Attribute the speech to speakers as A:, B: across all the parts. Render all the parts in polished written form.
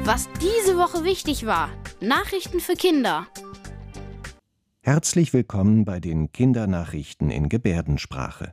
A: Was diese Woche wichtig war. Nachrichten für Kinder.
B: Herzlich willkommen bei den Kindernachrichten in Gebärdensprache.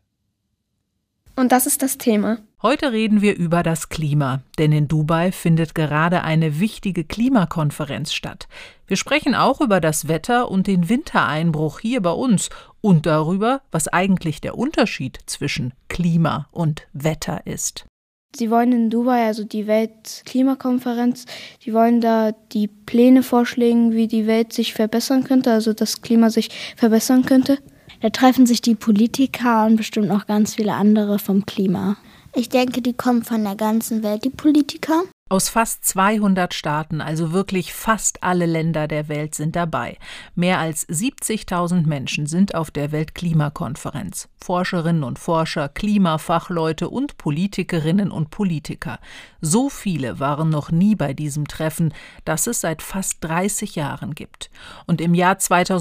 C: Und das ist das Thema.
D: Heute reden wir über das Klima, denn in Dubai findet gerade eine wichtige Klimakonferenz statt. Wir sprechen auch über das Wetter und den Wintereinbruch hier bei uns und darüber, was eigentlich der Unterschied zwischen Klima und Wetter ist.
E: Sie wollen in Dubai, also die Weltklimakonferenz, die wollen da die Pläne vorschlagen, wie die Welt sich verbessern könnte, also das Klima sich verbessern könnte.
F: Da treffen sich die Politiker und bestimmt noch ganz viele andere vom Klima.
G: Ich denke, die kommen von der ganzen Welt, die Politiker.
D: Aus fast 200 Staaten, also wirklich fast alle Länder der Welt sind dabei. Mehr als 70.000 Menschen sind auf der Weltklimakonferenz. Forscherinnen und Forscher, Klimafachleute und Politikerinnen und Politiker. So viele waren noch nie bei diesem Treffen, das es seit fast 30 Jahren gibt. Und im Jahr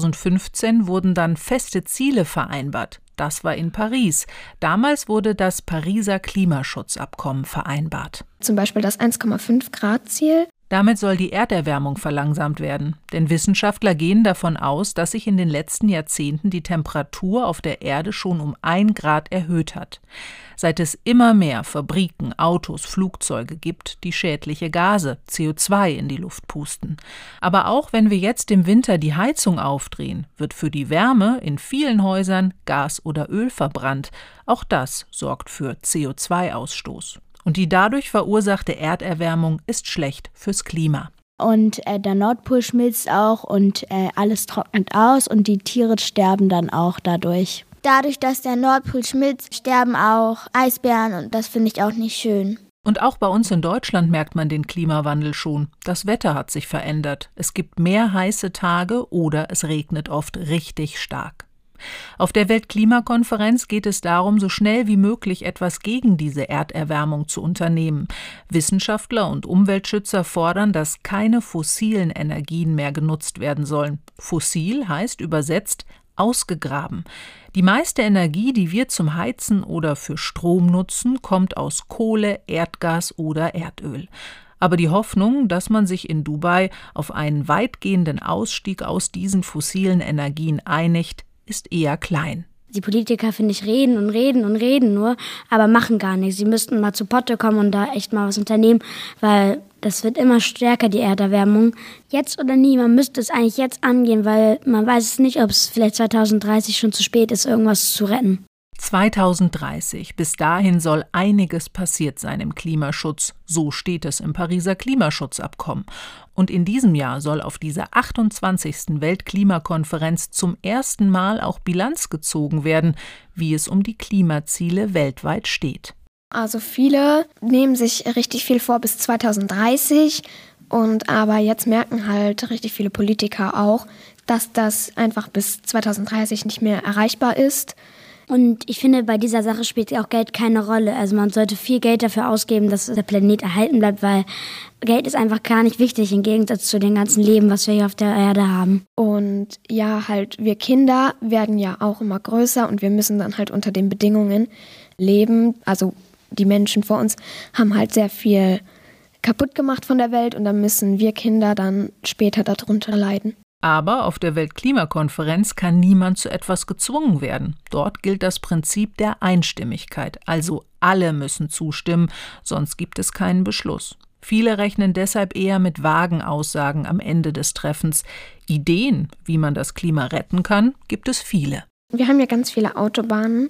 D: 2015 wurden dann feste Ziele vereinbart. Das war in Paris. Damals wurde das Pariser Klimaschutzabkommen vereinbart.
C: Zum Beispiel das 1,5-Grad-Ziel.
D: Damit soll die Erderwärmung verlangsamt werden. Denn Wissenschaftler gehen davon aus, dass sich in den letzten Jahrzehnten die Temperatur auf der Erde schon um 1 Grad erhöht hat. Seit es immer mehr Fabriken, Autos, Flugzeuge gibt, die schädliche Gase, CO2 in die Luft pusten. Aber auch wenn wir jetzt im Winter die Heizung aufdrehen, wird für die Wärme in vielen Häusern Gas oder Öl verbrannt. Auch das sorgt für CO2-Ausstoß. Und die dadurch verursachte Erderwärmung ist schlecht fürs Klima.
F: Und der Nordpol schmilzt auch und alles trocknet aus und die Tiere sterben dann auch dadurch.
G: Dadurch, dass der Nordpol schmilzt, sterben auch Eisbären und das finde ich auch nicht schön.
D: Und auch bei uns in Deutschland merkt man den Klimawandel schon. Das Wetter hat sich verändert. Es gibt mehr heiße Tage oder es regnet oft richtig stark. Auf der Weltklimakonferenz geht es darum, so schnell wie möglich etwas gegen diese Erderwärmung zu unternehmen. Wissenschaftler und Umweltschützer fordern, dass keine fossilen Energien mehr genutzt werden sollen. Fossil heißt übersetzt ausgegraben. Die meiste Energie, die wir zum Heizen oder für Strom nutzen, kommt aus Kohle, Erdgas oder Erdöl. Aber die Hoffnung, dass man sich in Dubai auf einen weitgehenden Ausstieg aus diesen fossilen Energien einigt, ist eher klein.
F: Die Politiker, finde ich, reden und reden und reden nur, aber machen gar nichts. Sie müssten mal zu Potte kommen und da echt mal was unternehmen, weil das wird immer stärker, die Erderwärmung. Jetzt oder nie, man müsste es eigentlich jetzt angehen, weil man weiß es nicht, ob es vielleicht 2030 schon zu spät ist, irgendwas zu retten.
D: 2030. Bis dahin soll einiges passiert sein im Klimaschutz. So steht es im Pariser Klimaschutzabkommen. Und in diesem Jahr soll auf dieser 28. Weltklimakonferenz zum ersten Mal auch Bilanz gezogen werden, wie es um die Klimaziele weltweit steht.
C: Also viele nehmen sich richtig viel vor bis 2030 aber jetzt merken halt richtig viele Politiker auch, dass das einfach bis 2030 nicht mehr erreichbar ist.
F: Und ich finde, bei dieser Sache spielt auch Geld keine Rolle. Also man sollte viel Geld dafür ausgeben, dass der Planet erhalten bleibt, weil Geld ist einfach gar nicht wichtig im Gegensatz zu dem ganzen Leben, was wir hier auf der Erde haben.
C: Und ja, halt wir Kinder werden ja auch immer größer und wir müssen dann halt unter den Bedingungen leben. Also die Menschen vor uns haben halt sehr viel kaputt gemacht von der Welt und dann müssen wir Kinder dann später darunter leiden.
D: Aber auf der Weltklimakonferenz kann niemand zu etwas gezwungen werden. Dort gilt das Prinzip der Einstimmigkeit, also alle müssen zustimmen, sonst gibt es keinen Beschluss. Viele rechnen deshalb eher mit vagen Aussagen am Ende des Treffens. Ideen, wie man das Klima retten kann, gibt es viele.
C: Wir haben ja ganz viele Autobahnen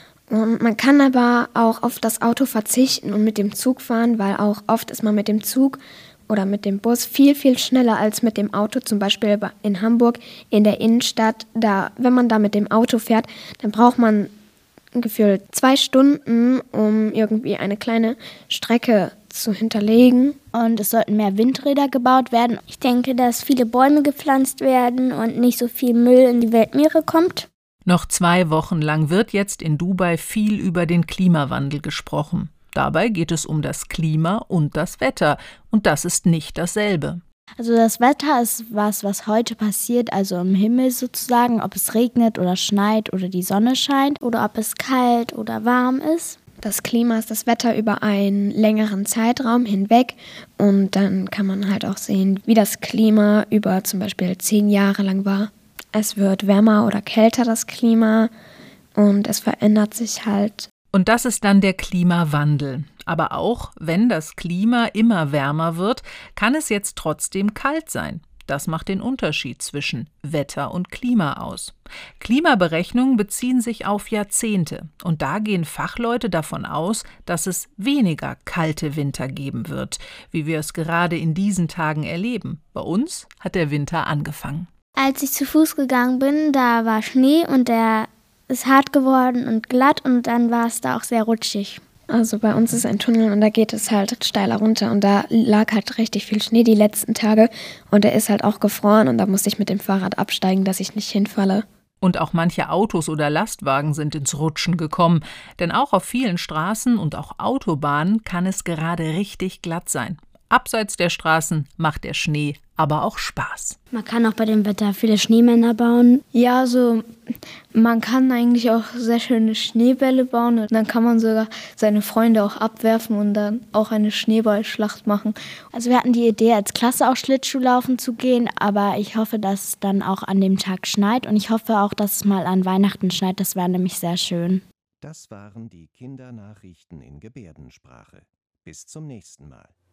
C: und man kann aber auch auf das Auto verzichten und mit dem Zug fahren, weil auch oft ist man mit dem Zug oder mit dem Bus viel, viel schneller als mit dem Auto, zum Beispiel in Hamburg in der Innenstadt. Wenn man da mit dem Auto fährt, dann braucht man gefühlt 2 Stunden, um irgendwie eine kleine Strecke zu hinterlegen.
F: Und es sollten mehr Windräder gebaut werden.
G: Ich denke, dass viele Bäume gepflanzt werden und nicht so viel Müll in die Weltmeere kommt.
D: Noch 2 Wochen lang wird jetzt in Dubai viel über den Klimawandel gesprochen. Dabei geht es um das Klima und das Wetter. Und das ist nicht dasselbe.
F: Also das Wetter ist was heute passiert, also im Himmel sozusagen, ob es regnet oder schneit oder die Sonne scheint.
G: Oder ob es kalt oder warm ist.
C: Das Klima ist das Wetter über einen längeren Zeitraum hinweg und dann kann man halt auch sehen, wie das Klima über zum Beispiel 10 Jahre lang war. Es wird wärmer oder kälter, das Klima, und es verändert sich halt.
D: Und das ist dann der Klimawandel. Aber auch wenn das Klima immer wärmer wird, kann es jetzt trotzdem kalt sein. Das macht den Unterschied zwischen Wetter und Klima aus. Klimaberechnungen beziehen sich auf Jahrzehnte. Und da gehen Fachleute davon aus, dass es weniger kalte Winter geben wird, wie wir es gerade in diesen Tagen erleben. Bei uns hat der Winter angefangen.
G: Als ich zu Fuß gegangen bin, da war Schnee und der ist hart geworden und glatt und dann war es da auch sehr rutschig.
C: Also bei uns ist ein Tunnel und da geht es halt steiler runter und da lag halt richtig viel Schnee die letzten Tage und der ist halt auch gefroren und da musste ich mit dem Fahrrad absteigen, dass ich nicht hinfalle.
D: Und auch manche Autos oder Lastwagen sind ins Rutschen gekommen, denn auch auf vielen Straßen und auch Autobahnen kann es gerade richtig glatt sein. Abseits der Straßen macht der Schnee aber auch Spaß.
F: Man kann auch bei dem Wetter viele Schneemänner bauen.
E: Ja, so man kann eigentlich auch sehr schöne Schneebälle bauen und dann kann man sogar seine Freunde auch abwerfen und dann auch eine Schneeballschlacht machen.
F: Also wir hatten die Idee, als Klasse auch Schlittschuhlaufen zu gehen, aber ich hoffe, dass es dann auch an dem Tag schneit und ich hoffe auch, dass es mal an Weihnachten schneit. Das wäre nämlich sehr schön.
B: Das waren die Kindernachrichten in Gebärdensprache. Bis zum nächsten Mal.